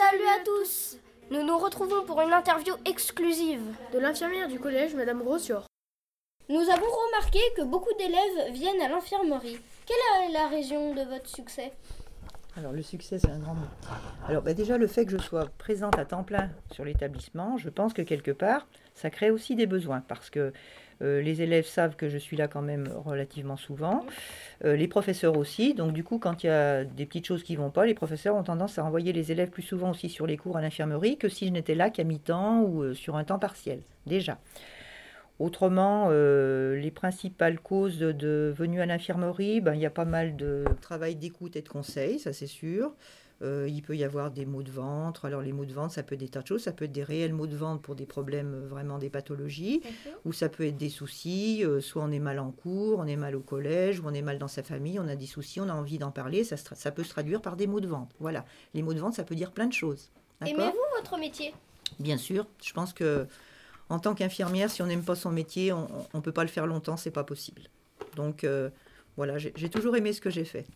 Salut à tous. Nous nous retrouvons pour une interview exclusive de l'infirmière du collège, Madame Grossior. Nous avons remarqué que beaucoup d'élèves viennent à l'infirmerie. Quelle est la raison de votre succès ? Alors le succès, c'est un grand mot. Alors déjà, le fait que je sois présente à temps plein sur l'établissement, je pense que quelque part, ça crée aussi des besoins parce que les élèves savent que je suis là quand même relativement souvent, les professeurs aussi. Donc du coup, quand il y a des petites choses qui ne vont pas, les professeurs ont tendance à envoyer les élèves plus souvent aussi sur les cours à l'infirmerie que si je n'étais là qu'à mi-temps ou sur un temps partiel, déjà. Autrement, les principales causes de venue à l'infirmerie, il y a pas mal de travail d'écoute et de conseil, ça c'est sûr. Il peut y avoir des maux de ventre. Alors les maux de ventre, ça peut être des tas de choses. Ça peut être des réels maux de ventre pour des problèmes, vraiment des pathologies. Ou ça peut être des soucis. Soit on est mal en cours, on est mal au collège, ou on est mal dans sa famille, on a des soucis, on a envie d'en parler. Ça peut se traduire par des maux de ventre. Voilà. Les maux de ventre, ça peut dire plein de choses. D'accord ? Aimez-vous votre métier ? Bien sûr. Je pense que en tant qu'infirmière, si on n'aime pas son métier, on ne peut pas le faire longtemps, c'est pas possible. Donc voilà, j'ai toujours aimé ce que j'ai fait.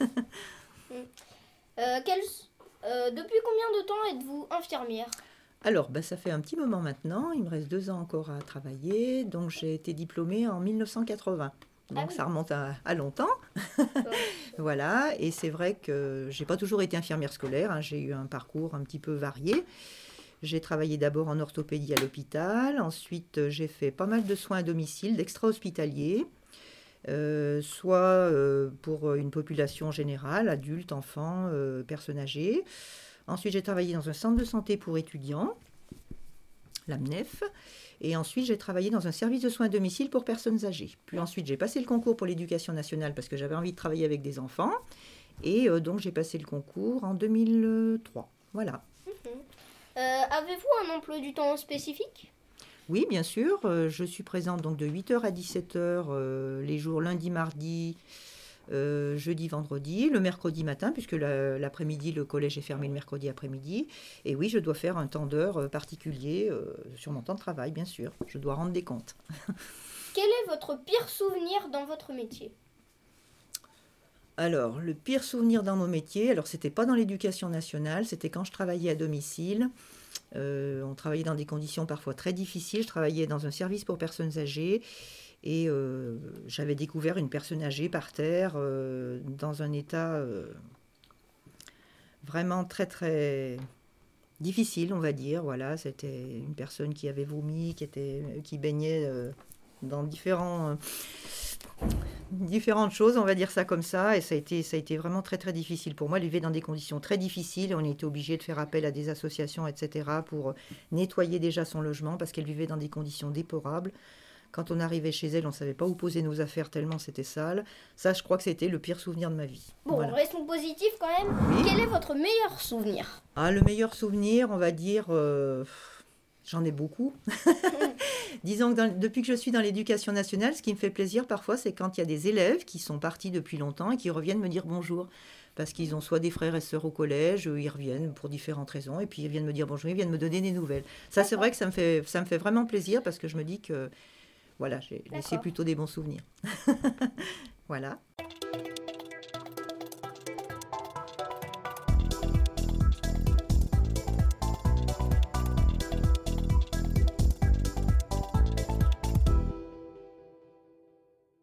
Depuis combien de temps êtes-vous infirmière ? Alors, ça fait un petit moment maintenant, il me reste 2 ans encore à travailler, donc j'ai été diplômée en 1980. Donc ça remonte à longtemps. Voilà, et c'est vrai que j'ai pas toujours été infirmière scolaire, hein, j'ai eu un parcours un petit peu varié. J'ai travaillé d'abord en orthopédie à l'hôpital, ensuite j'ai fait pas mal de soins à domicile, d'extra-hospitaliers, soit pour une population générale, adultes, enfants, personnes âgées. Ensuite j'ai travaillé dans un centre de santé pour étudiants, l'AMNEF, et ensuite j'ai travaillé dans un service de soins à domicile pour personnes âgées. Puis ensuite j'ai passé le concours pour l'éducation nationale parce que j'avais envie de travailler avec des enfants, et donc j'ai passé le concours en 2003. Voilà. Avez-vous un emploi du temps spécifique ? Oui, bien sûr. Je suis présente donc de 8h à 17h les jours lundi, mardi, jeudi, vendredi, le mercredi matin, puisque l'après-midi, le collège est fermé le mercredi après-midi. Et oui, je dois faire un temps d'heure particulier sur mon temps de travail, bien sûr. Je dois rendre des comptes. Quel est votre pire souvenir dans votre métier ? Alors, le pire souvenir dans mon métier, alors c'était pas dans l'éducation nationale, c'était quand je travaillais à domicile. On travaillait dans des conditions parfois très difficiles. Je travaillais dans un service pour personnes âgées et j'avais découvert une personne âgée par terre dans un état vraiment très très difficile, on va dire. Voilà, c'était une personne qui avait vomi, qui baignait dans différentes choses, on va dire ça comme ça, et ça a été vraiment très très difficile pour moi. Elle vivait dans des conditions très difficiles, on était obligé de faire appel à des associations, etc., pour nettoyer déjà son logement, parce qu'elle vivait dans des conditions déplorables. Quand on arrivait chez elle, on ne savait pas où poser nos affaires tellement c'était sale. Ça, je crois que c'était le pire souvenir de ma vie. Bon, voilà. Restons positifs quand même. Oui. Quel est votre meilleur souvenir ? Le meilleur souvenir, on va dire... J'en ai beaucoup. Disons que depuis que je suis dans l'éducation nationale, ce qui me fait plaisir parfois, c'est quand il y a des élèves qui sont partis depuis longtemps et qui reviennent me dire bonjour. Parce qu'ils ont soit des frères et sœurs au collège, ils reviennent pour différentes raisons, et puis ils viennent me dire bonjour, ils viennent me donner des nouvelles. Ça, c'est vrai que ça me fait vraiment plaisir parce que je me dis que voilà, j'ai laissé plutôt des bons souvenirs. Voilà.